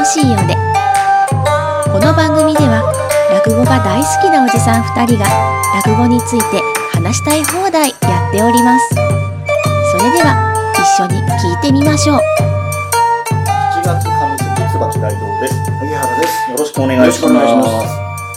しいようで。この番組では落語が大好きなおじさん2人が落語について話したい放題やっております。それでは一緒に聞いてみましょう。 7月上関椿大道です。 萩原です。 よろしくお願いします。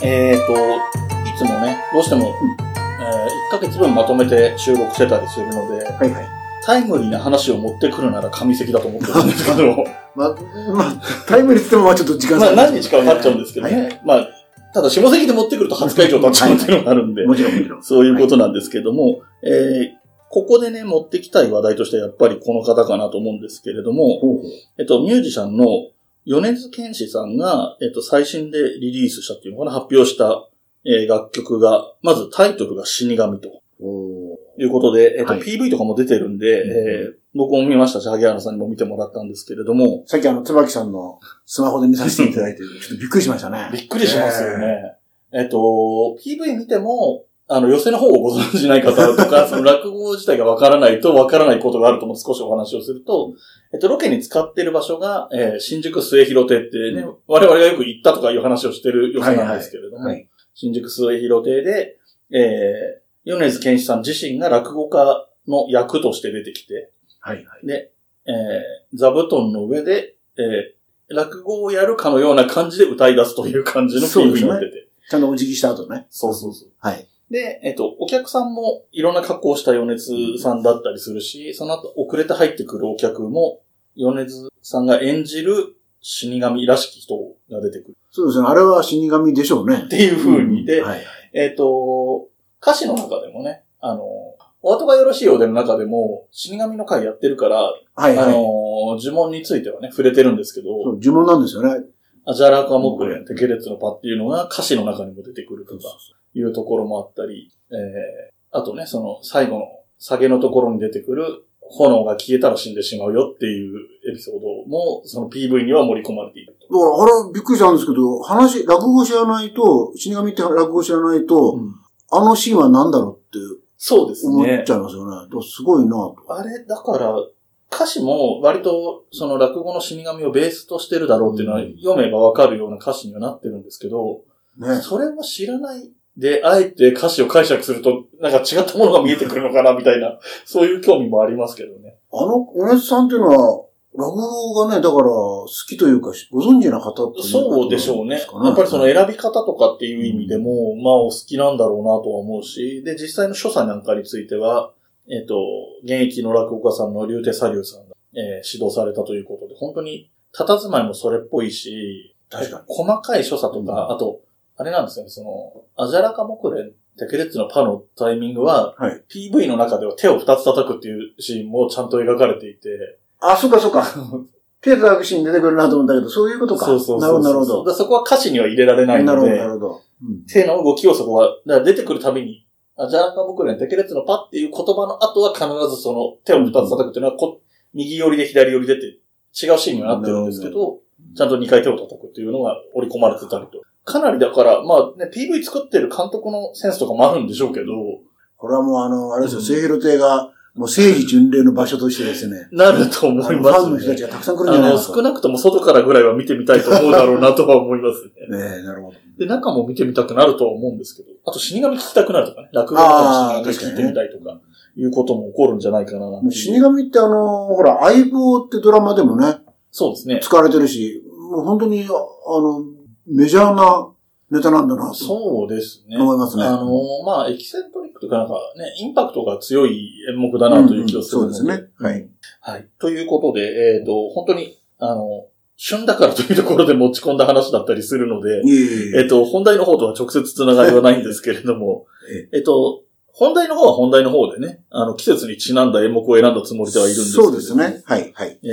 いつもね、どうしても、1ヶ月分まとめて収録してたりするので、 はいはい。 タイムリーな話を持ってくるなら上関だと思ってるんですけど、 タイムリーって言ってもちょっと時間差何日かは経っちゃうんですけどね。ただ下関で持ってくると20日以上経っちゃうっていうのがあるんで、 もちろん。 そういうことなんですけども、ここでね、持ってきたい話題としてはやっぱりこの方かなと思うんですけれども、ミュージシャンの米津玄師さんが、最新でリリースしたっていうのかな、発表した、楽曲が、まずタイトルが死神と。いうことで、PV とかも出てるんで、僕も見ましたし、萩原さんにも見てもらったんですけれども。 さっき椿さんのスマホで見させていただいて、ちょっとびっくりしましたね。 びっくりしますよね。PV 見ても、寄せの方をご存じない方とか、その落語自体がわからないとわからないことがあるとも少しお話をすると、ロケに使ってる場所が、新宿末広亭ってね、我々がよく行ったとかいう話をしてる寄せなんですけれども、新宿末広亭で、米津玄師さん自身が落語家の役として出てきて、で、座布団の上で、落語をやるかのような感じで歌い出すという感じの PV になってて。 ちゃんとお辞儀した後ね。 そう。はい。で、お客さんもいろんな格好をした米津さんだったりするし、その後遅れて入ってくるお客も、米津さんが演じる死神らしき人が出てくる。 そうですね。あれは死神でしょうね。 っていう風に。で、歌詞の中でもね、お後がよろしいようでの中でも、死神の会やってるから、呪文についてはね、触れてるんですけど、 そう、呪文なんですよね。 アジャラカモクレン、テケレッツのパっていうのが歌詞の中にも出てくるとか、いうところもあったり、あとね、その最後の下げのところに出てくる、炎が消えたら死んでしまうよっていうエピソードも、その PV には盛り込まれていると。 だから、あれ、びっくりしたんですけど、落語知らないと、死神って落語知らないと、あのシーンは何だろうって、 そうですね。 思っちゃいますよね。すごいなと。 あれ、だから、歌詞も割とその落語の死神をベースとしてるだろうっていうのは読めばわかるような歌詞にはなってるんですけど、それを知らないで、あえて歌詞を解釈するとなんか違ったものが見えてくるのかなみたいな、そういう興味もありますけどね。 米津さんっていうのは、落語がね、だから好きというか、ご存知な方っていう、 そうでしょうね。やっぱりその選び方とかっていう意味でも、まあお好きなんだろうなとは思うし、で、実際の所作なんかについては、現役の落語家さんの竜亭左竜さんが、指導されたということで、本当に、佇まいもそれっぽいし、 確かに細かい所作とか、あと、あれなんですよね、その、アジャラカモクレン、テケレッツのパのタイミングは、PV の中では手を2つ叩くっていうシーンもちゃんと描かれていて、 そうか。手叩くシーン出てくるなと思ったけど、そういうことか。 そう。 なるほど。 そこは歌詞には入れられないので、 なるほど。 手の動きをそこは、だから出てくるたびに、アジャラカモクレン、テケレッツのパっていう言葉の後は必ずその手を2つ叩くっていうのは、右寄りで左寄りでって違うシーンにはなってるんですけど、ちゃんと2回手を叩くっていうのが織り込まれてたりと。かなりだから、まあね、PV 作ってる監督のセンスとかもあるんでしょうけど、 これはもうあれですよ、末広亭が、もう政治巡礼の場所としてですね。 なると思いますね。 ファンの人たちがたくさん来るんじゃないですか。 少なくとも外からぐらいは見てみたいと思うだろうなとは思いますね。 なるほど。 で、中も見てみたくなるとは思うんですけど、あと死神聞きたくなるとかね、落語の死神聞いてみたいとか、いうことも起こるんじゃないかな。 死神ってほら、相棒ってドラマでもね。 そうですね。 使われてるし、もう本当に、メジャーなネタなんだなと。 そうですね。 思いますね。 まあ、エキセントリックというかなんかね、インパクトが強い演目だなという気がするので。 そうですね。はい。 はい。ということで、本当に、旬だからというところで持ち込んだ話だったりするので、本題の方とは直接つながりはないんですけれども、本題の方は本題の方でね、季節にちなんだ演目を選んだつもりではいるんですけど、 そうですね。はい。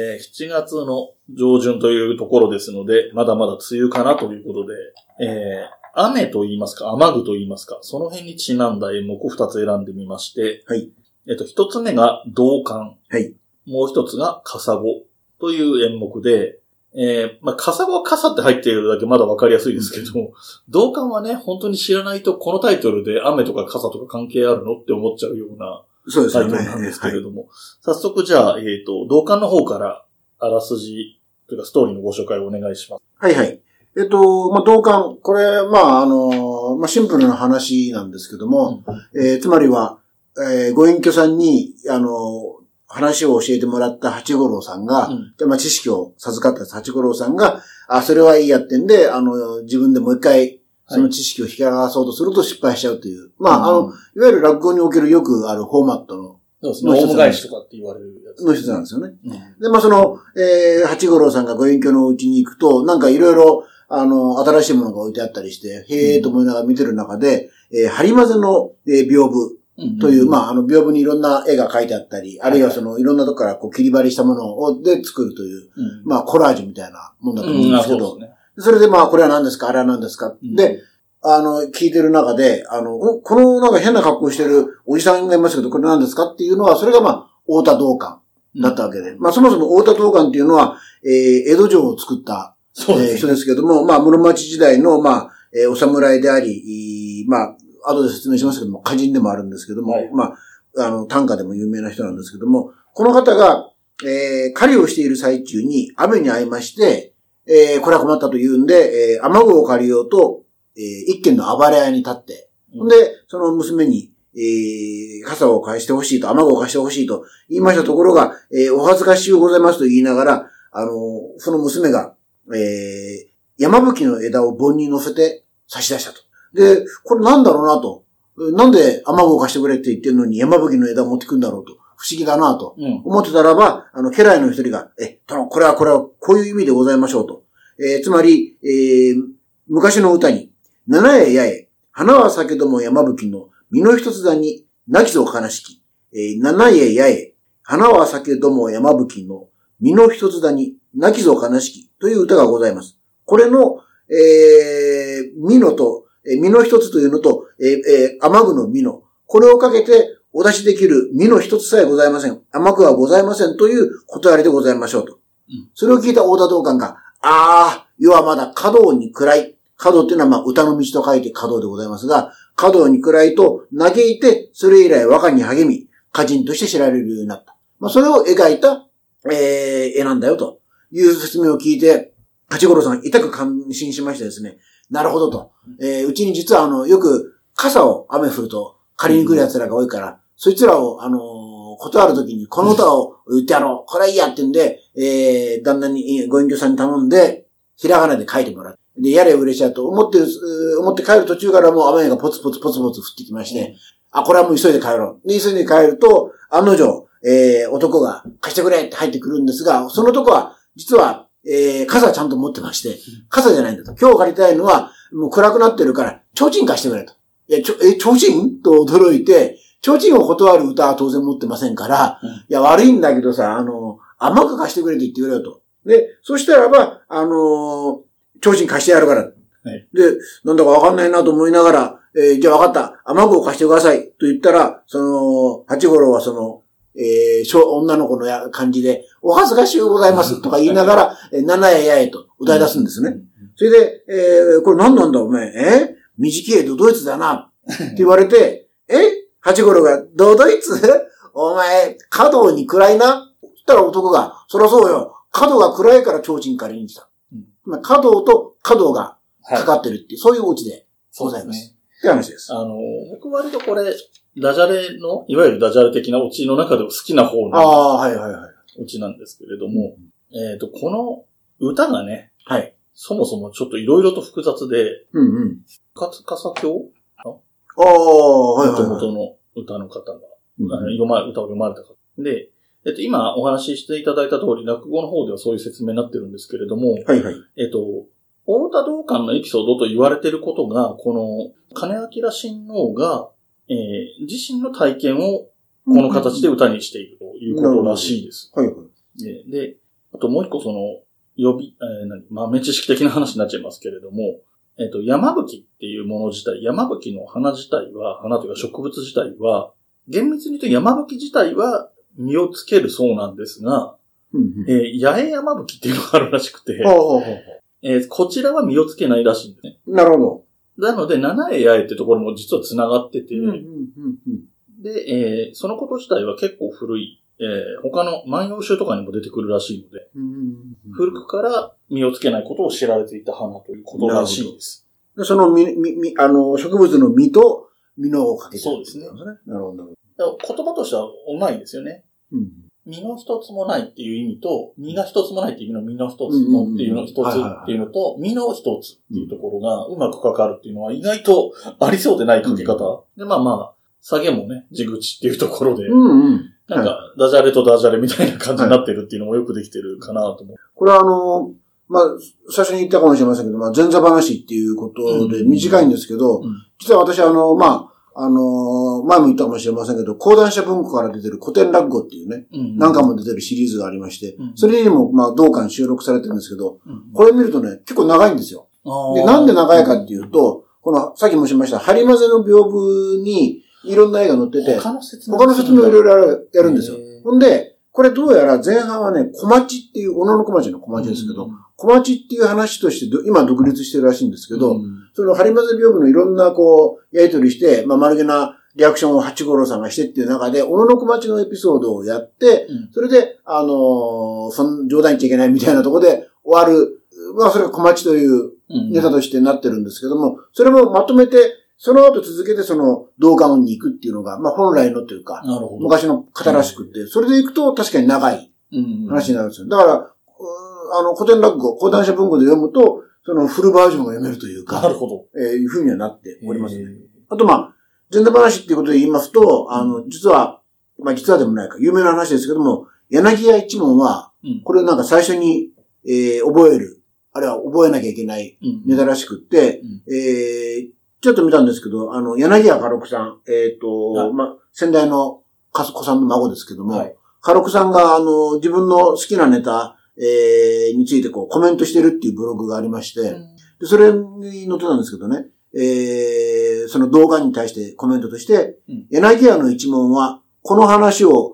7月の上旬というところですので、まだまだ梅雨かなということで、雨と言いますか、雨具と言いますか、その辺にちなんだ演目を2つ選んでみまして、 はい。 1つ目が銅管。 はい。 もう1つが笠子という演目で、まあ、笠子は傘って入っているだけまだわかりやすいですけど、銅管はね、本当に知らないとこのタイトルで雨とか傘とか関係あるのって思っちゃうようなタイトルなんですけれども、早速じゃあ、銅管の方からあらすじというかストーリーのご紹介をお願いします。 はいはい。同感。これ、シンプルな話なんですけども、つまりは、ご隠居さんに、話を教えてもらった八五郎さんが、知識を授かった八五郎さんが、それはいいやってんで、自分でもう一回、その知識を引き剥がそうとすると失敗しちゃうという。いわゆる落語におけるよくあるフォーマットの、 そうですね。オウム返しとかって言われるやつ。 の一つなんですよね。で、八五郎さんがご隠居のうちに行くと、なんかいろいろ、新しいものが置いてあったりして、へーと思いながら見てる中で、針混ぜの屏風という、屏風にいろんな絵が描いてあったり、あるいはいろんなとこから切り張りしたもので作るという、コラージュみたいなもんだと思うんですけど、それでこれは何ですか、あれは何ですか、で、聞いてる中で、このなんか変な格好してるおじさんがいますけど、これ何ですかっていうのは、それが太田道灌だったわけで、そもそも太田道灌っていうのは、江戸城を作った、人ですけども、室町時代の、お侍であり、後で説明しますけども、歌人でもあるんですけども、短歌でも有名な人なんですけども、この方が、狩りをしている最中に雨に遭いまして、これは困ったと言うんで、雨具を借りようと、一軒の暴れ屋に立って、で、その娘に、傘を貸してほしいと、雨具を貸してほしいと言いましたところが、お恥ずかしゅうございますと言いながら、その娘が、山吹の枝を盆に乗せて差し出したと。で、これなんだろうなと。なんで雨具を貸してくれって言ってるのに山吹の枝を持ってくんだろうと。不思議だなと。思ってたらば、家来の一人が、これはこういう意味でございましょうと。つまり、昔の歌に、七重八重、花は咲けども山吹の実の一つだに泣きぞ悲しき。七重八重、花は咲けども山吹の実の一つだに泣きぞ悲しきという歌がございます。これの、実の一つというのと、雨具の実の、これをかけてお出しできる実の一つさえございません。雨具はございませんという断りでございましょうと。それを聞いた太田道灌が、世はまだ華道に暗い。華道っていうのは歌の道と書いて華道でございますが、華道に暗いと嘆いて、それ以来和歌に励み、歌人として知られるようになった。それを描いた、絵なんだよという説明を聞いて、八五郎さん痛く感心しましてですね、なるほどと。うちに実はよく傘を雨降ると借りに来る奴らが多いから、そいつらを断るときにこの歌を言ってやろう。これはいいやってんで、旦那に、ご隠居さんに頼んで、ひらがなで書いてもらう。で、やれ嬉しいやと思って帰る途中からもう雨がポツポツ降ってきまして、これはもう急いで帰ろう。で、急いで帰ると、案の定、男が貸してくれって入ってくるんですが、その男は、実は、傘ちゃんと持ってまして、傘じゃないんだと。今日借りたいのは、もう暗くなってるから、提灯貸してくれと。いや、提灯と驚いて、提灯を断る歌は当然持ってませんから、いや、悪いんだけどさ、雨具貸してくれって言ってくれよと。で、そしたらば、提灯貸してやるから。はい、で、なんだかわかんないなと思いながら、じゃあわかった。雨具を貸してください。と言ったら、八五郎は女の子の感じで、お恥ずかしゅうございますとか言いながら、七重八重と歌い出すんですね。それで、これ何なんだお前、短いドドイツだな。って言われて、八五郎が、ドドイツお前、華道に暗いな。そしたら男が、そりゃそうよ。華道が暗いから提灯借りに来た。華道と華道がかかってるっていう、そういうオチでございます。って話です。 僕割とこれ、ダジャレの、いわゆるダジャレ的なオチの中でも好きな方のオチなんですけれども、この歌がね、はい、そもそもちょっといろいろと複雑で、勝笠教元の歌の方が、歌を読まれた方で、今お話ししていただいた通り、落語の方ではそういう説明になってるんですけれども、はいはい、太田道灌のエピソードと言われていることが、この金明親王が、自身の体験をこの形で歌にしているということらしいです。はいはい、で、あともう一個豆知識的な話になっちゃいますけれども、山吹っていうもの自体、山吹の花自体は、花というか植物自体は、厳密に言うと山吹自体は実をつけるそうなんですが、八重山吹っていうのがあるらしくて、こちらは実をつけないらしいんですね。 なるほど。 なので、七重八重ってところも実は繋がってて、で、そのこと自体は結構古い、他の万葉集とかにも出てくるらしいので、 古くから実をつけないことを知られていた花ということらしいです。 でその植物の実と実のをかけてる、 そうですね。 なるほど。 言葉としてはうまいですよね。実の一つもないっていう意味と、実が一つもないっていう意味の実の一つのっていうの一つっていうのと、実の一つっていうところがうまくかかるっていうのは意外とありそうでないかけ方。で、下げもね、地口っていうところで、なんか、ダジャレとダジャレみたいな感じになってるっていうのもよくできてるかなと思う。 これは最初に言ったかもしれませんけど、前座話っていうことで短いんですけど、実は私前も言ったかもしれませんけど、講談社文庫から出てる古典落語っていうね、何回も出てるシリーズがありまして、それにも同巻収録されてるんですけど、これ見るとね、結構長いんですよ。で、なんで長いかっていうと、この、さっきもしました、針混ぜの屏風にいろんな絵が載ってて、他の説明をいろいろやるんですよ。ほんで、これどうやら前半はね、小町っていう、小野小町の小町ですけど、小町っていう話として今独立してるらしいんですけど、その針混ぜ屏風のいろんなやりとりして、丸げなリアクションを八五郎さんがしてっていう中で、小野小町のエピソードをやって、それで、その冗談言っちゃいけないみたいなところで終わる、それが小町というネタとしてなってるんですけども、それもまとめて、その後続けてその道館に行くっていうのが、本来のというか、昔の方らしくって、それで行くと確かに長い話になるんですよ。だから、古典落語、講談社文庫で読むと、そのフルバージョンが読めるというか、 なるほど。 いう風にはなっておりますね。あと前座話っていうことで言いますと、実はでもないか、有名な話ですけども、柳家一門は、これなんか最初に、覚える、あるいは覚えなきゃいけないネタらしくって、ちょっと見たんですけど、柳家家六さん、先代の子さんの孫ですけども、家六さんが、自分の好きなネタ、についてコメントしてるっていうブログがありまして、でそれに載ってたんですけどね、その動画に対してコメントとして、柳家の一門は、この話を、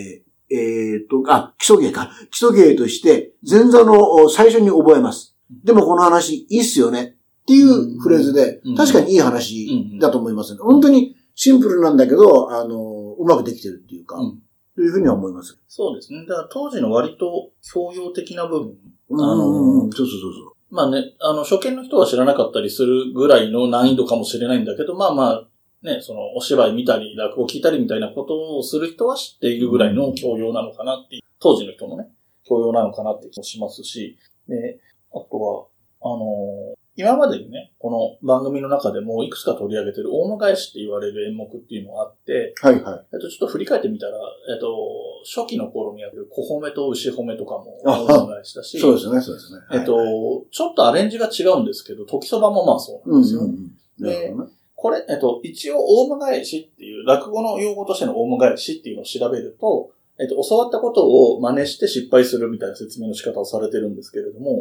基礎芸として、前座の最初に覚えます。でもこの話いいっすよね。っていうフレーズで、確かにいい話だと思いますね。本当にシンプルなんだけど、うまくできてるっていうか、というふうには思います。 そうですね。だから当時の割と教養的な部分。 そう。 初見の人は知らなかったりするぐらいの難易度かもしれないんだけど、そのお芝居見たり、落語聞いたりみたいなことをする人は知っているぐらいの教養なのかなっていう、当時の人のね、教養なのかなって気もしますし、で、あとは、今までにね、この番組の中でもいくつか取り上げてるオウム返しって言われる演目っていうのがあって、ちょっと振り返ってみたら、初期の頃にやる小褒めと牛褒めとかもオウム返しだし、 そうですね。 ちょっとアレンジが違うんですけど、時そばもそうなんですよ。で、これ、一応オウム返しっていう、落語の用語としてのオウム返しっていうのを調べると、教わったことを真似して失敗するみたいな説明の仕方をされてるんですけれども、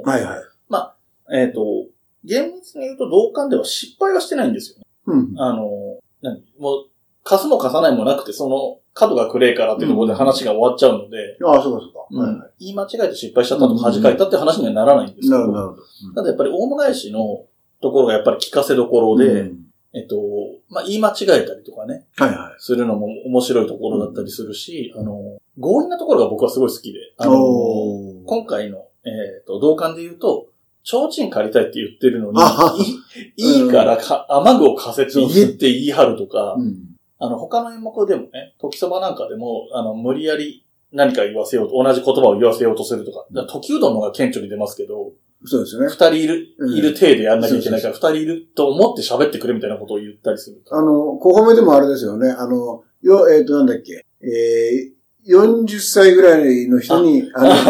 厳密に言うと同感では失敗はしてないんですよね。もう、貸すも貸さないもなくて、その、角が暗いからっていうところで話が終わっちゃうので、言い間違えて失敗しちゃったとか恥かいたって話にはならないんですけど、ただやっぱりオウム返しのところがやっぱり聞かせどころで、言い間違えたりとかね、するのも面白いところだったりするし、強引なところが僕はすごい好きで、今回の、同感で言うと、提灯借りたいって言ってるのに、いいから雨具を貸せって言って言い張るとか、他の演目でもね、時そばなんかでも、無理やり何か言わせようと、同じ言葉を言わせようとするとか、時うどんの方が顕著に出ますけど、 そうですね。 二人いる体でやんなきゃいけないから、二人いると思って喋ってくれみたいなことを言ったりする。 小褒めでもあれですよね。なんだっけ、40歳ぐらいの人に、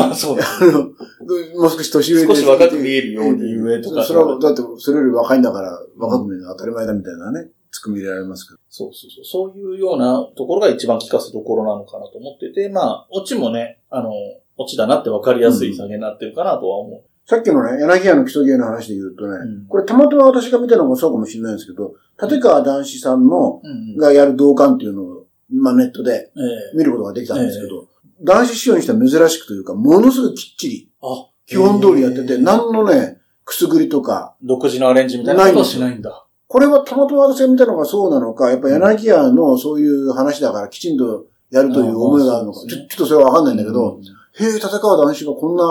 もう少し年上で。 少し若く見えるように言えとか。 それは、だって、それより若いんだから、若く見るのは当たり前だみたいなね、ツッコミ入れられますけど。 そういうようなところが一番効かすところなのかなと思ってて、オチもね、オチだなって分かりやすい下げになってるかなとは思う。 さっきのね、柳家の基礎芸の話で言うとね、これたまたま私が見たのもそうかもしれないんですけど、立川談志さんの、がやる同感っていうのを、ネットで見ることができたんですけど、談志師匠にしては珍しくというか、ものすごくきっちり、基本通りやってて、何のね、くすぐりとか、 独自のアレンジみたいなことはしないんだ。 これはたまたま私が見たのがそうなのか、やっぱ柳家のそういう話だからきちんとやるという思いがあるのか、ちょっとそれはわかんないんだけど、へえ、立川談志がこんな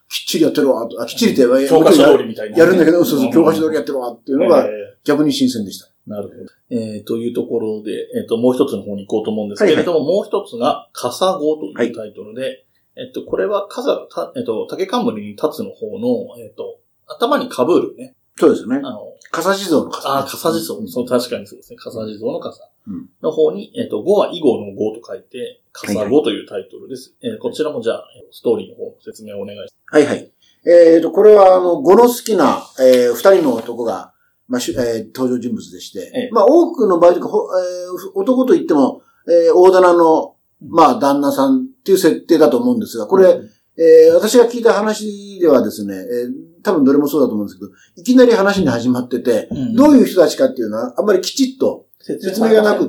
きっちりやってるわ、きっちりって教科書通りみたいな。 やるんだけど、そうそう、教科書通りやってるわっていうのが逆に新鮮でした。 なるほど。というところで、もう一つの方に行こうと思うんですけれども、もう一つが、笠子というタイトルで、これは竹冠に立つの方の、頭に被るね。 そうですよね。笠地蔵の笠。 笠地蔵。そう、確かにそうですね。笠地蔵の笠の方に、語は囲碁の語と書いて、笠子というタイトルです。こちらもじゃあ、ストーリーの方の説明をお願いします。 はいはい。これは語の好きな、二人の男が、登場人物でして、多くの場合とか、男といっても、大棚の、旦那さんっていう設定だと思うんですが、これ、私が聞いた話ではですね、多分どれもそうだと思うんですけど、いきなり話に始まってて、どういう人たちかっていうのは、あんまりきちっと説明がなくって、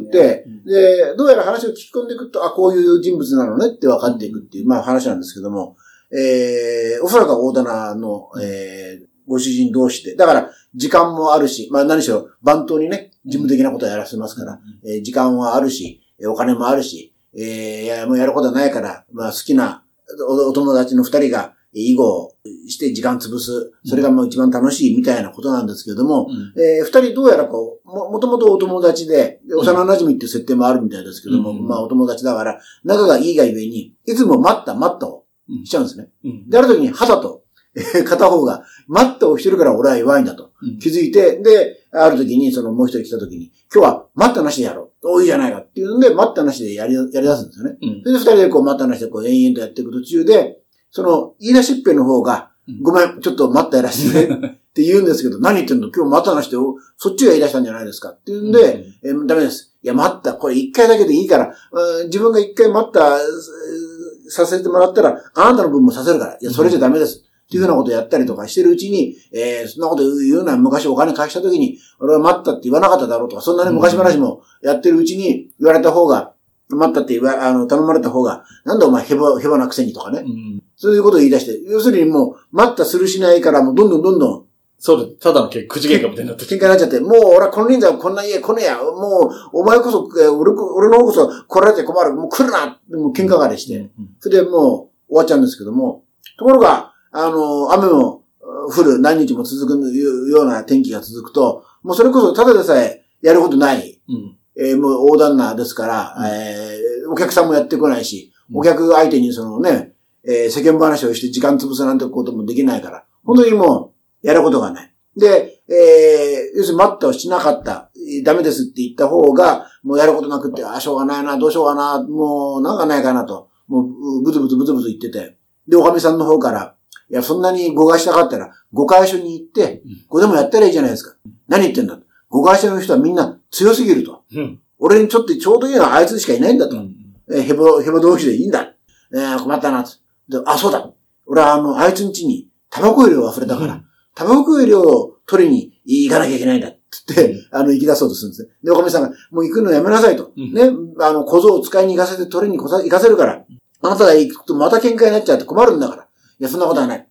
で、どうやら話を聞き込んでいくと、こういう人物なのねって分かっていくっていう、話なんですけども、おそらくは大棚の、ご主人同士で、だから、時間もあるし、何しろ、番頭にね、事務的なことをやらせますから、時間はあるし、お金もあるし、もうやることはないから、好きなお友達の二人が、囲碁をして時間潰す。それがもう一番楽しいみたいなことなんですけれども、二人どうやらもともとお友達で、幼馴染っていう設定もあるみたいですけども、お友達だから、仲がいいがゆえに、いつも待ったをしちゃうんですね。で、ある時に肌と、片方が、待ったをしてるから俺は弱いんだと気づいて、で、ある時にもう一人来た時に、今日は待ったなしでやろう。いいじゃないかっていうんで、待ったなしでやり出すんですよね。それで二人で待ったなしで延々とやっていく途中で、言い出しっぺの方が、ごめん、ちょっと待ったやらせてって言うんですけど、何言ってんの今日待ったなしで、そっちが言い出したんじゃないですかって言うんで、ダメです。いや、待った、これ一回だけでいいから、自分が一回待った、させてもらったら、あなたの分もさせるから、いや、それじゃダメです。っていうふうなことをやったりとかしてるうちに、そんなこと言うのは昔お金返した時に、俺は待ったって言わなかっただろうとか、そんなに昔話もやってるうちに言われた方が、待ったって頼まれた方が、なんだお前ヘボなくせにとかね。そういうことを言い出して、要するにもう、待ったするしないからもうどんどん、 そうです。ただのくじ喧嘩みたいになって喧嘩になっちゃって、もう俺はこの人数はこんな家来ねえや。もう、お前こそ、俺の方こそ来られて困る。もう来るなもう喧嘩がれして。それでもう終わっちゃうんですけども、ところが、雨も降る何日も続くような天気が続くと、もうそれこそただでさえやることない。もう大旦那ですから、お客さんもやってこないし、お客相手に世間話をして時間潰すなんてこともできないから、本当にもうやることがない。で、要するに待ったをしなかった、ダメですって言った方が、もうやることなくって、しょうがないな、どうしようかな、もうなんかないかなと、もうブツブツ言ってて、で、おかみさんの方から、いや、そんなに誤解したかったら、誤解所に行って、これでもやったらいいじゃないですか。何言ってんだと。誤解所の人はみんな強すぎると。俺にちょうどいいのはあいつしかいないんだと。ヘボ同士でいいんだ。困ったなと。で、そうだ。俺はあいつん家にタバコ入れを忘れたから、タバコ入れを取りに行かなきゃいけないんだって言って、行き出そうとするんですね。で、おかみさんが、もう行くのやめなさいと。ね、小僧を使いに行かせて取りに行かせるから、あなたが行くとまた喧嘩になっちゃって困るんだから。いや、そんなことはない。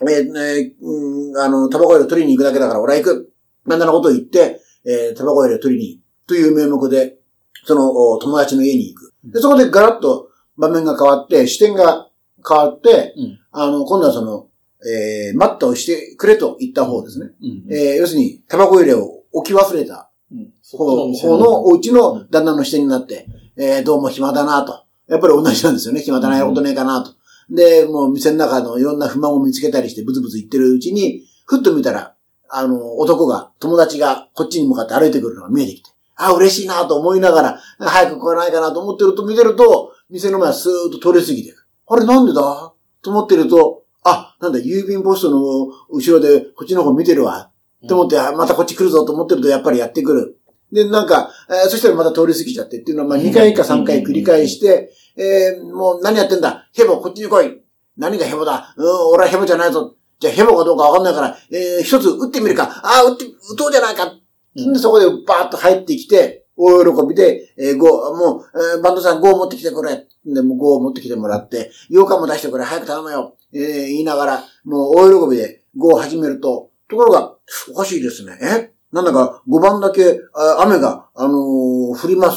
タバコ入れを取りに行くだけだから俺は行く。なんだなことを言って、タバコ入れを取りに行く。という名目で、友達の家に行く。で、そこでガラッと場面が変わって、視点が変わって、今度は待ったをしてくれと言った方ですね。要するに、タバコ入れを置き忘れた方のお家の旦那の視点になって、どうも暇だなと。やっぱり同じなんですよね。暇だな、やることねえかなと。で、もう店の中のいろんな不満を見つけたりしてブツブツ言ってるうちに、ふっと見たら、友達がこっちに向かって歩いてくるのが見えてきて、嬉しいなと思いながら、早く来ないかなと思ってると見てると、店の前はスーッと通り過ぎていく。あれなんでだと思ってると、なんだ、郵便ポストの後ろでこっちの方見てるわ。と思って、またこっち来るぞと思ってるとやっぱりやってくる。で、そしたらまた通り過ぎちゃってっていうのは、2回か3回繰り返して、もう何やってんだヘボ、こっちに来い。何がヘボだ俺はヘボじゃないぞ。じゃあヘボかどうかわかんないから、一つ撃ってみるか。撃とうじゃないか。で、そこでバーッと入ってきて、大喜びで、バンドさん5を持ってきてくれ。で、もう5を持ってきてもらって、羊羹も出してくれ、早く頼むよ。言いながら、もう大喜びで5を始めるところが、おかしいですね。なんだか5番だけ、雨が、降りますね。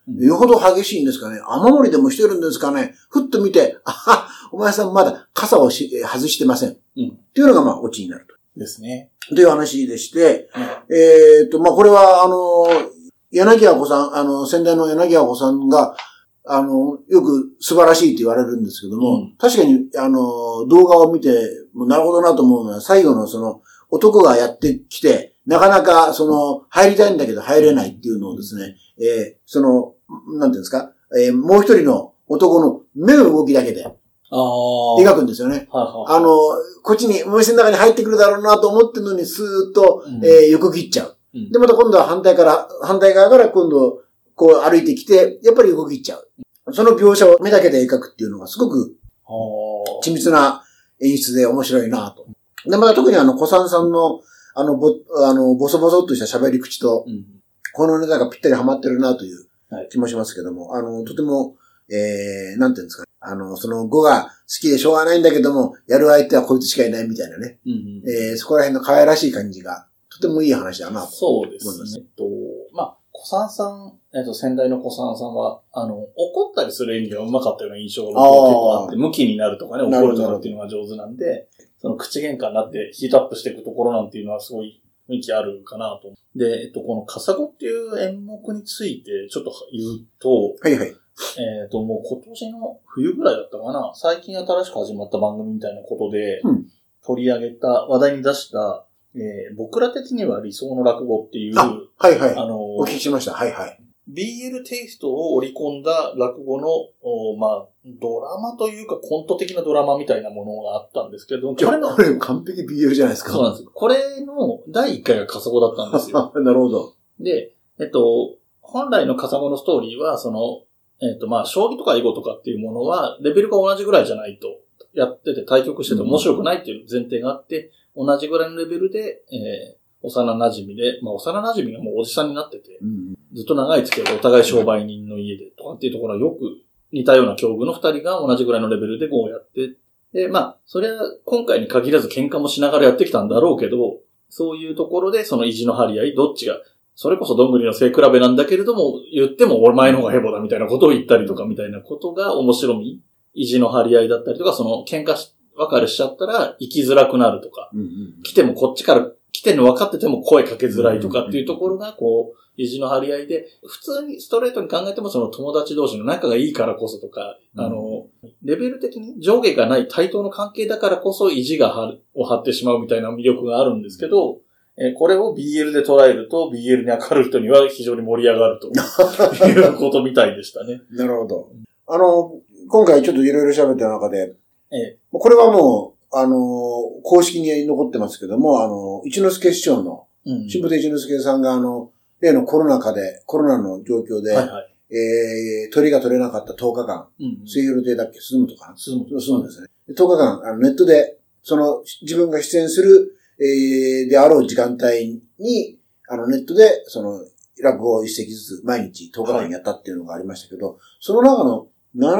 よほど激しいんですかね。雨漏りでもしてるんですかね。ふっと見て、お前さんまだ傘を外してません。っていうのがオチになると。 ですね。 という話でして、これは柳家子さん、先代の柳家子さんが、よく素晴らしいと言われるんですけども、確かに、動画を見て、なるほどなと思うのは、最後の男がやってきて、なかなか、入りたいんだけど入れないっていうのをですね、なんていうんですか、もう一人の男の目の動きだけで、描くんですよね。こっちに、お店の中に入ってくるだろうなと思ってるのに、スーッと、横切っちゃう。で、また今度は反対側から今度、こう歩いてきて、やっぱり横切っちゃう。その描写を目だけで描くっていうのがすごく、緻密な演出で面白いなと。で、また特に小さんさんの、ボソボソっとした喋り口と、このネタがぴったりハマってるなという気もしますけども、とても、なんていうんですか、その語が好きでしょうがないんだけども、やる相手はこいつしかいないみたいなね。そこら辺の可愛らしい感じが、とてもいい話だなと思います。 そうですね。小さんさん、先代の小さんさんは、怒ったりする演技が上手かったような印象が僕は結構あって、向きになるとかね、怒るとかっていうのが上手なんで、その口喧嘩になってヒートアップしていくところなんていうのはすごい雰囲気あるかなと。で、このカサゴっていう演目についてちょっと言うと、 はいはい。 もう今年の冬ぐらいだったかな、最近新しく始まった番組みたいなことで、取り上げた、話題に出した、僕ら的には理想の落語っていう、 はいはい。お聞きしました。はいはい。 BL テイストを織り込んだ落語の、ドラマというかコント的なドラマみたいなものがあったんですけど、 これ完璧 BL じゃないですか。 そうなんです。これの第1回がカサゴだったんですよ。 なるほど。 で、本来のカサゴのストーリーは、将棋とか囲碁とかっていうものは、レベルが同じぐらいじゃないと、やってて対局してて面白くないっていう前提があって、同じぐらいのレベルで、幼馴染で、幼馴染がもうおじさんになってて、ずっと長い付き合いでお互い商売人の家でとかっていうところはよく似たような境遇の二人が同じぐらいのレベルで碁をやって、で、それは今回に限らず喧嘩もしながらやってきたんだろうけど、そういうところでその意地の張り合い、どっちが、それこそどんぐりの背比べなんだけれども、言ってもお前の方がヘボだみたいなことを言ったりとかみたいなことが面白み、意地の張り合いだったりとか、その喧嘩別れしちゃったら生きづらくなるとか、来てもこっちから来てるの分かってても声かけづらいとかっていうところがこう、意地の張り合いで、普通にストレートに考えてもその友達同士の仲がいいからこそとか、レベル的に上下がない対等の関係だからこそ意地を張ってしまうみたいな魅力があるんですけど、これを BL で捉えると BL に明るい人には非常に盛り上がるということみたいでしたね。 なるほど。今回ちょっといろいろ喋った中で、これはもう、公式に残ってますけども、一之輔師匠の、新保一之輔さんが例のコロナの状況で、鳥が取れなかった10日間、水曜予定だっけ、鈴本かな鈴本ですね。10日間、ネットで、自分が出演する、であろう時間帯に、ネットで、落語を一席ずつ毎日10日間やったっていうのがありましたけど、その中の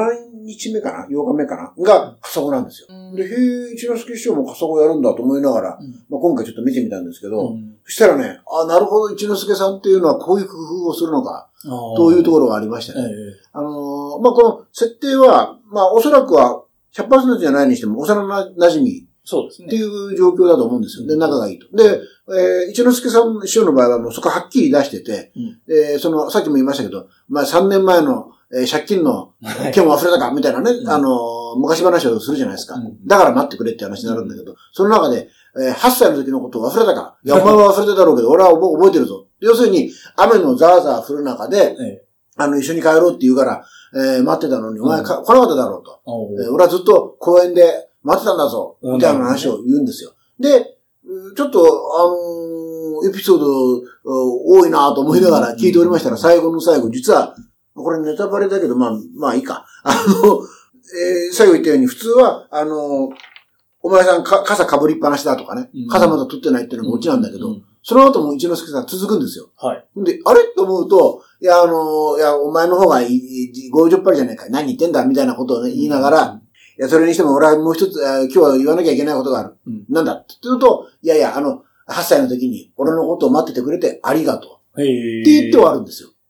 7日目かな ?8 日目かなが、カサゴなんですよ。で、一之輔師匠もカサゴやるんだと思いながら、今回ちょっと見てみたんですけど、そしたらね、なるほど、一之輔さんっていうのはこういう工夫をするのか、というところがありましたね。この設定は、おそらくは 100% じゃないにしても、幼馴染そうですね。 っていう状況だと思うんですよ。で、仲がいいと。で、一之輔さん師匠の場合はもうそこはっきり出してて、さっきも言いましたけど、3年前の借金の件を忘れたかみたいなね、昔話をするじゃないですか。だから待ってくれって話になるんだけど、その中で、8歳の時のことを忘れたか。いや、お前は忘れてたろうけど、俺は覚えてるぞ。要するに、雨のザーザー降る中で、一緒に帰ろうって言うから、待ってたのに、お前来なかっただろうと。俺はずっと公園で待ってたんだぞ。みたいな話を言うんですよ。で、ちょっと、エピソード多いなと思いながら聞いておりましたら、最後の最後、実は、これネタバレだけど、まあいいか。最後言ったように、普通は、お前さん傘被りっぱなしだとかね、傘まだ取ってないっていうのがオチなんだけど、その後も一之輔さん続くんですよ。 はい。 で、あれと思うと、いや、お前の方が強情っぱりじゃないか。何言ってんだみたいなことをね、言いながら、いや、それにしても俺はもう一つ、今日は言わなきゃいけないことがある。なんだって言うと、いやいや、8歳の時に俺のことを待っててくれてありがとう。って言って終わるんですよ。 はいはい。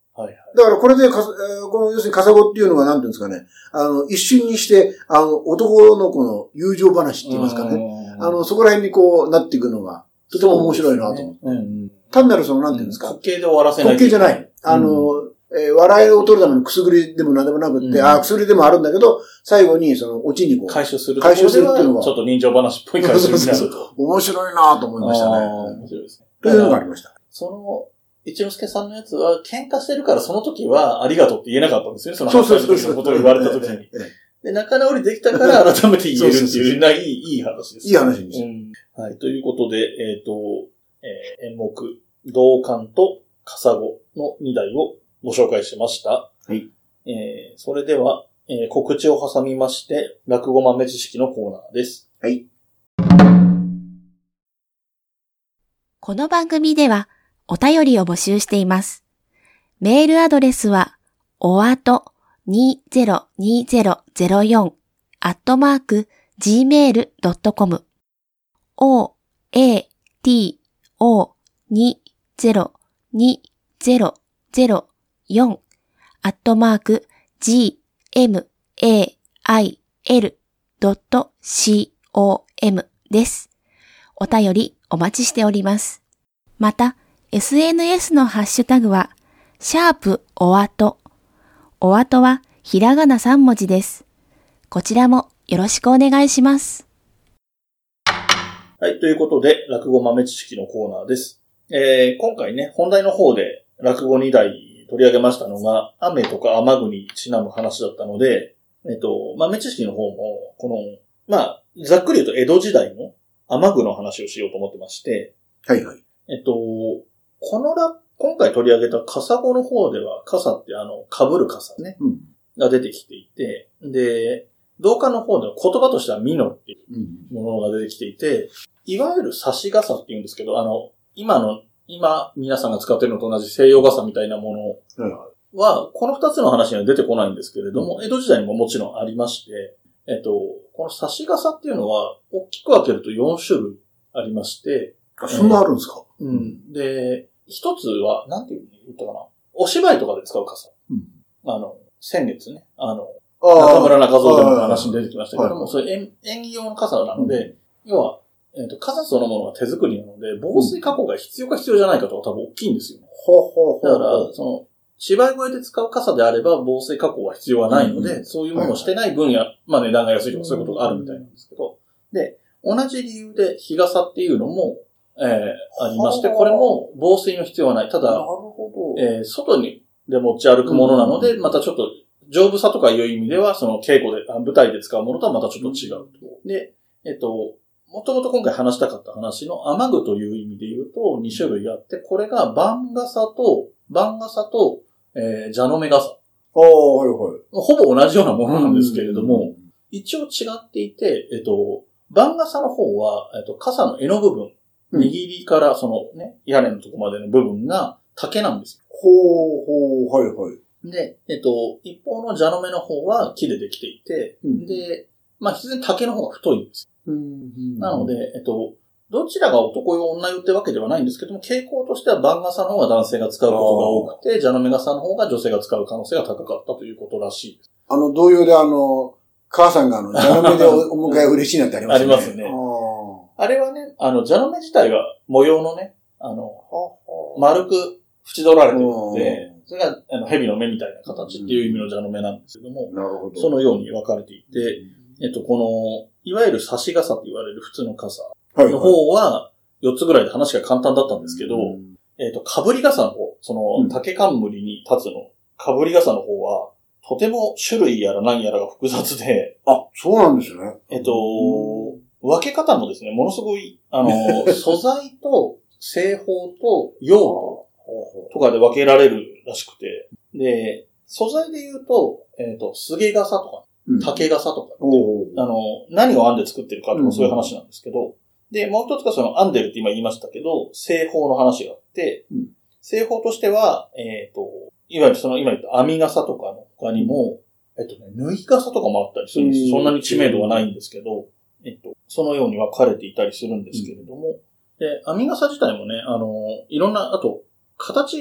だからこれでこの要するにカサゴっていうのがなんていうんですかね、一瞬にして、男の子の友情話って言いますかね。そこら辺にこうなっていくのが、とても面白いなと思って。単なるなんていうんですか。 滑稽で終わらせない。 滑稽じゃない。笑いを取るためのくすぐりでも何でもなくって、くすぐりでもあるんだけど、最後にオチにこう。 回収するっていうのは、ちょっと人情話っぽい回収になると。 面白いなと思いましたね。 面白いですね。 というのがありました。 一之輔さんのやつは、喧嘩してるからその時はありがとうって言えなかったんですよね。そのそうことを言われた時に。で、仲直りできたから改めて言えるっていう、いい話です。 いい話です。 はい。ということで、演目、同感とカサゴの2題をご紹介しました。 はい。 それでは、告知を挟みまして、落語豆知識のコーナーです。 はい。 この番組では、お便りを募集しています。メールアドレスは、oato202004@gmail.com oato2020.gmail.com です。お便りお待ちしております。また、SNS のハッシュタグは、おあと。おあとはひらがな3文字です。こちらもよろしくお願いします。 はい、ということで、落語豆知識のコーナーです。今回ね、本題の方で落語2題取り上げましたのが、雨とか雨具にちなむ話だったので、豆知識の方も、ざっくり言うと江戸時代の雨具の話をしようと思ってまして、 はいはい。 今回取り上げたカサゴの方では、傘って被る傘ね、が出てきていて、で、同感の方では言葉としてはミノっていうものが出てきていて、いわゆる差し傘って言うんですけど、今皆さんが使っているのと同じ西洋傘みたいなものは、この2つの話には出てこないんですけれども、江戸時代にももちろんありまして、この差し傘っていうのは、大きく分けると4種類ありまして、 そんなあるんですか？ で、一つは、なんて言ったかな。お芝居とかで使う傘。先月ね、中村中蔵の話に出てきましたけども、それ演技用の傘なので、要は、傘そのものが手作りなので、防水加工が必要か必要じゃないかとか多分大きいんですよね。だから、芝居声で使う傘であれば防水加工は必要はないので、そういうものをしてない分野、値段が安いとかそういうことがあるみたいなんですけど、で、同じ理由で日傘っていうのも、ありまして、これも防水の必要はない。ただ、外にで持ち歩くものなので、またちょっと丈夫さとかいう意味では、その稽古で、舞台で使うものとはまたちょっと違う。で、もともと今回話したかった話の雨具という意味で言うと2種類あって、これが番傘と、蛇の目傘。 はいはい。 ほぼ同じようなものなんですけれども、一応違っていて、番傘の方は、傘の柄の部分、握りから屋根のとこまでの部分が竹なんですよ。 はいはい。 で、一方の蛇の目の方は木でできていて、で、必然竹の方が太いんですよ。なので、どちらが男用女用ってわけではないんですけども、傾向としては番傘の方が男性が使うことが多くて、蛇の目傘の方が女性が使う可能性が高かったということらしいです。 同様で母さんが蛇の目でお迎え嬉しいなってありますね。 ありますね。あれはね、蛇の目自体が模様のね、丸く縁取られてるので、それが蛇の目みたいな形っていう意味の蛇の目なんですけども、 なるほど。 そのように分かれていて、いわゆる差し傘と言われる普通の傘の方は、4つぐらいで話が簡単だったんですけど、かぶり傘の方、竹冠に立つの、かぶり傘の方は、とても種類やら何やらが複雑で、 そうなんですよね。 分け方もですね、ものすごい、素材と製法と用途とかで分けられるらしくて、で、素材で言うと、すげ傘とか、竹傘とか、何を編んで作ってるかとかそういう話なんですけど、で、もう一つが編んでるって今言いましたけど、製法の話があって、製法としては、いわゆる今言った編み傘とかの他にも、縫い傘とかもあったりするんです。そんなに知名度はないんですけど、そのように分かれていたりするんですけれども、で、編み傘自体もね、いろんな、あと、形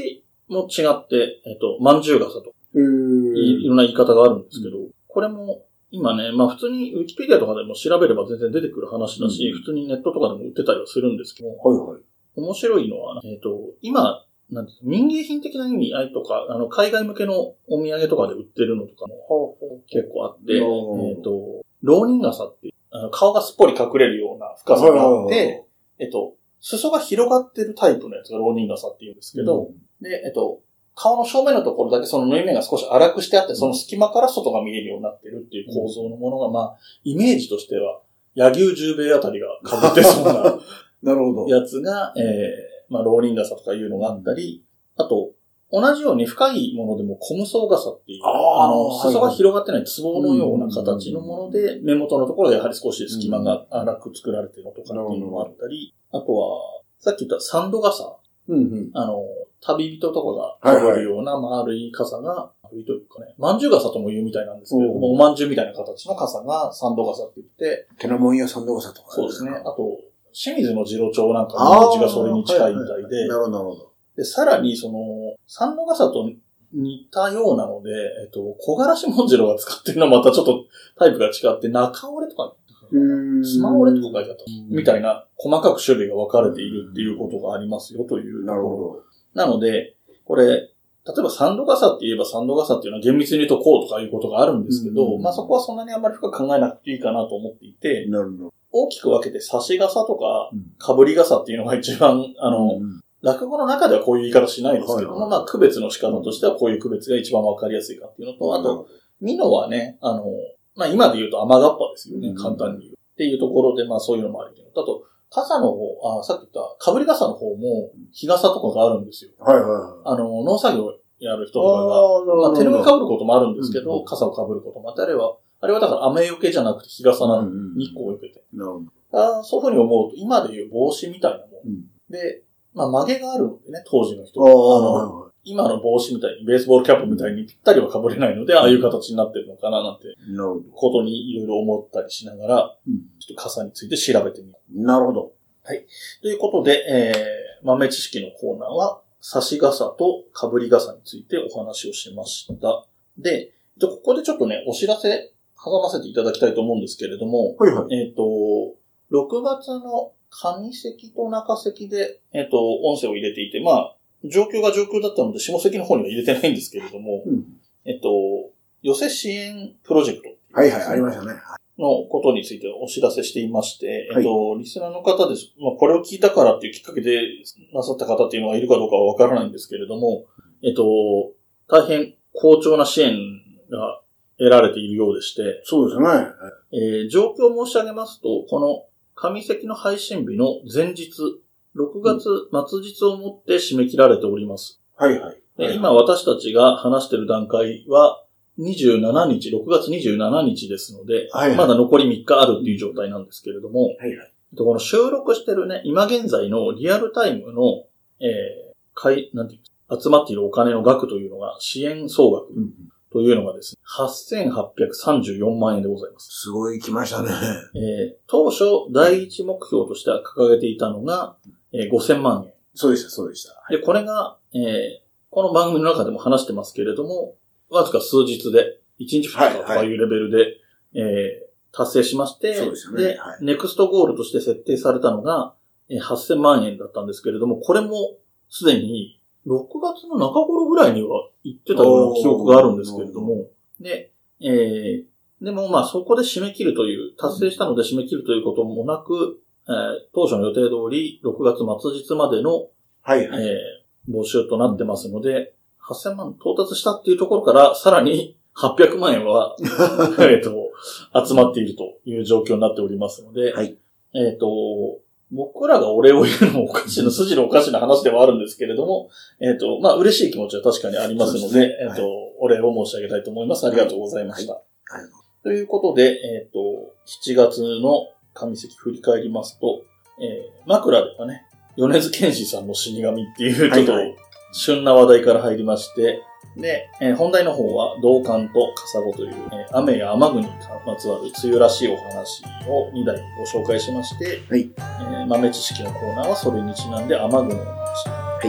も違って、まんじゅう傘とか、いろんな言い方があるんですけど、これも今ね、まあ普通にウィキペディアとかでも調べれば全然出てくる話だし、普通にネットとかでも売ってたりはするんですけど、面白いのは、今、なんて民芸品的な意味合いとか、海外向けのお土産とかで売ってるのとかも結構あって、浪人傘っていう、顔がすっぽり隠れるような深さがあって、裾が広がってるタイプのやつが浪人傘っていうんですけど、で、顔の正面のところだけその縫い目が少し粗くしてあって、その隙間から外が見えるようになってるっていう構造のものが、まあ、イメージとしては、柳生十兵衛あたりが被ってそうななるほど。 やつが、まあ、浪人傘とかいうのがあったり、あと、同じように深いものでもコムソウ傘っていう、裾が広がってない壺のような形のもので、目元のところでやはり少し隙間が粗く作られてるのとかっていうのがあったり、あとは、さっき言ったサンド傘。旅人とかが被るような丸い傘が、丸いというかね、まんじゅう傘とも言うみたいなんですけれども、おまんじゅうみたいな形の傘がサンド傘って言って、 手のもんやサンド傘とか。 そうですね。あと、清水の次郎長なんかのイメージがそれに近いみたいで、 なるほど。 で、さらにサンド傘と似たようなので、小柄しもんじろが使ってるのはまたちょっとタイプが違って、中折れとか、スマ折れとか書いてあった。みたいな細かく種類が分かれているっていうことがありますよという。 なるほど。 なので、これ、例えばサンド傘って言えばサンド傘っていうのは厳密に言うとこうとかいうことがあるんですけど、まあそこはそんなにあんまり深く考えなくていいかなと思っていて、 なるほど。 大きく分けて差し傘とか、かぶり傘っていうのが一番、落語の中ではこういう言い方しないですけども、まあ区別の仕方としてはこういう区別が一番分かりやすいかっていうのと、あと、ミノはね、まあ今で言うと雨がっぱですよね、簡単に言う。っていうところで、まあそういうのもあるけど、あと、傘の方、さっき言った、かぶり傘の方も、日傘とかがあるんですよ。農作業やる人とかが、まあ、手ぬぐい被ることもあるんですけど、傘を被ることもあって、あれはだから雨よけじゃなくて日傘なの、日光を受けて。そういうふうに思うと、今でいう帽子みたいなもん。で、まあ曲げがあるのでね、当時の人は。今の帽子みたいに、ベースボールキャップみたいにぴったりは被れないので、ああいう形になってるのかななんて、ことにいろいろ思ったりしながら、ちょっと傘について調べてみる。 なるほど。 はい。ということで、豆知識のコーナーは、差し傘と被り傘についてお話をしました。で、ここでちょっとね、お知らせ挟ませていただきたいと思うんですけれども、6月の上関と中関で、音声を入れていて、まあ、状況が状況だったので、下関の方には入れてないんですけれども、寄せ支援プロジェクト。 ありましたね。 のことについてお知らせしていまして、リスナーの方です。まあ、これを聞いたからっていうきっかけでなさった方っていうのがいるかどうかはわからないんですけれども、大変好調な支援が得られているようでして、 そうですね。 状況を申し上げますと、この上関の配信日の前日、6月末日をもって締め切られております。今私たちが話している段階は、27日、6月27日ですので、まだ残り3日あるっていう状態なんですけれども、この収録してるね、今現在のリアルタイムの、なんていう集まっているお金の額というのが、支援総額というのがですね、8834万円でございます。 すごい来ましたね。 当初、第一目標としては掲げていたのが、5000万円。 そうでした。 で、これが、この番組の中でも話してますけれども、わずか数日で、1日2日とかいうレベルで、達成しまして、で、ネクストゴールとして設定されたのが、8000万円だったんですけれども、これもすでに6月の中頃ぐらいには行ってたような記憶があるんですけれども、で、でもまあそこで締め切るという、達成したので締め切るということもなく、当初の予定通り6月末日までの、募集となってますので、8000万到達したっていうところから、さらに800万円は、集まっているという状況になっておりますので、僕らがお礼を言うのもおかしいの、筋のおかしな話ではあるんですけれども、まあ、嬉しい気持ちは確かにありますので、お礼を申し上げたいと思います。ありがとうございました。ということで、7月の上関振り返りますと、枕ではね、米津玄師さんの死神っていう、ちょっと、旬な話題から入りまして、で、本題の方は、道館と笠子という、雨や雨具にまつわる梅雨らしいお話を2題ご紹介しまして、豆知識のコーナーはそれにちなんで雨具のお話。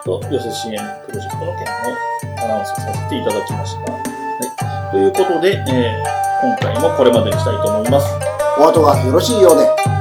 と寄せ支援プロジェクトの件をアナウンスさせていただきました。はい。ということで、今回もこれまでにしたいと思います。 お後がよろしいようで。